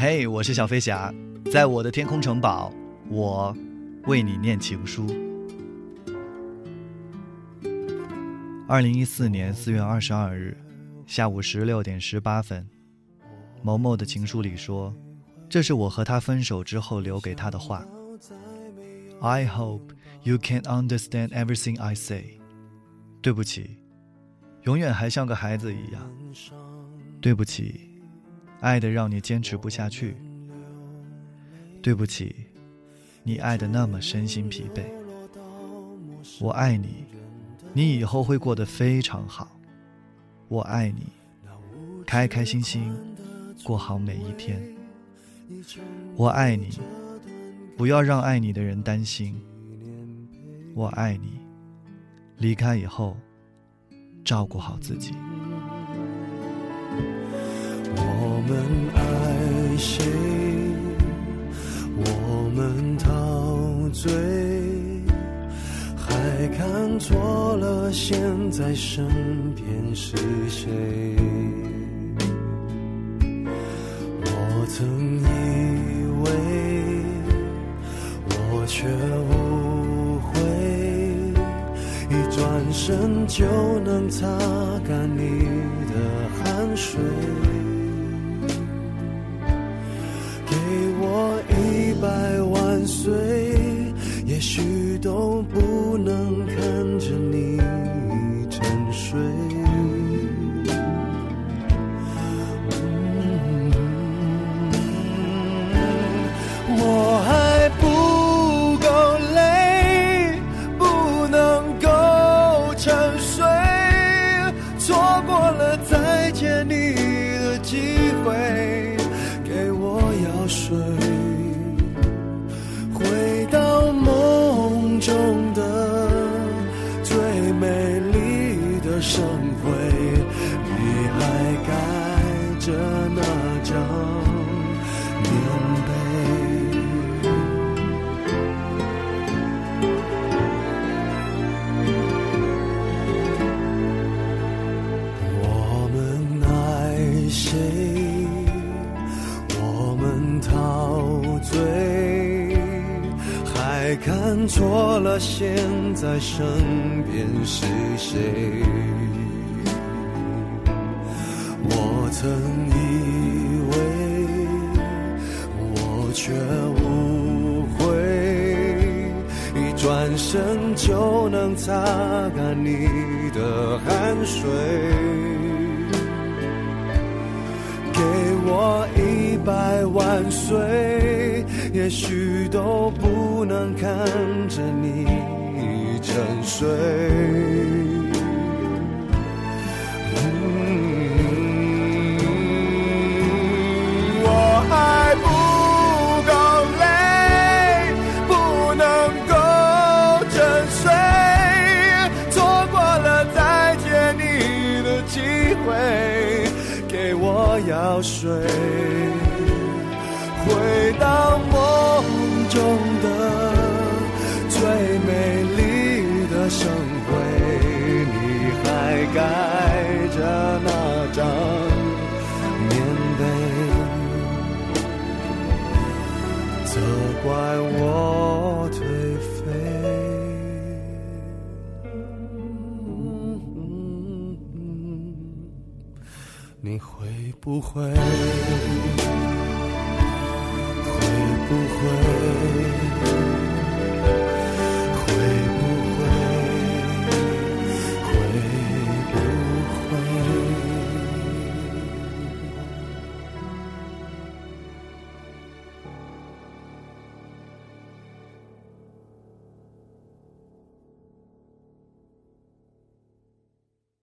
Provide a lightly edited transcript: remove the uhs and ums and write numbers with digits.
嘿，我是小飞侠，在我的天空城堡，我为你念情书。2014年4月22日下午16点18分，某某的情书里说，这是我和他分手之后留给他的话。I hope you can understand everything I say。 对不起，永远还像个孩子一样。对不起，爱得让你坚持不下去。对不起，你爱得那么身心疲惫。我爱你，你以后会过得非常好。我爱你，开开心心过好每一天。我爱你，不要让爱你的人担心。我爱你，离开以后照顾好自己。 我们爱谁，我们陶醉，还看错了现在身边是谁。我曾以为我却误会，一转身就能擦干你的汗水。给我100万岁，也许都不能看着你沉睡。我还不够累，不能够沉睡，错过了再见你的机会。给我药水，回到梦中的最美丽的盛会。你还盖着那张棉被。我们爱谁，我们陶醉，还看错了现在身边是谁。我曾以为我却误会，一转身就能擦干你的汗水。给我100万岁，也许都不能看着你沉睡。我还不够累，不能够沉睡，错过了再见你的机会。给我药水，回到梦中的最美丽的盛会。你还盖着那张棉被，责怪我颓废。你会不会，会不会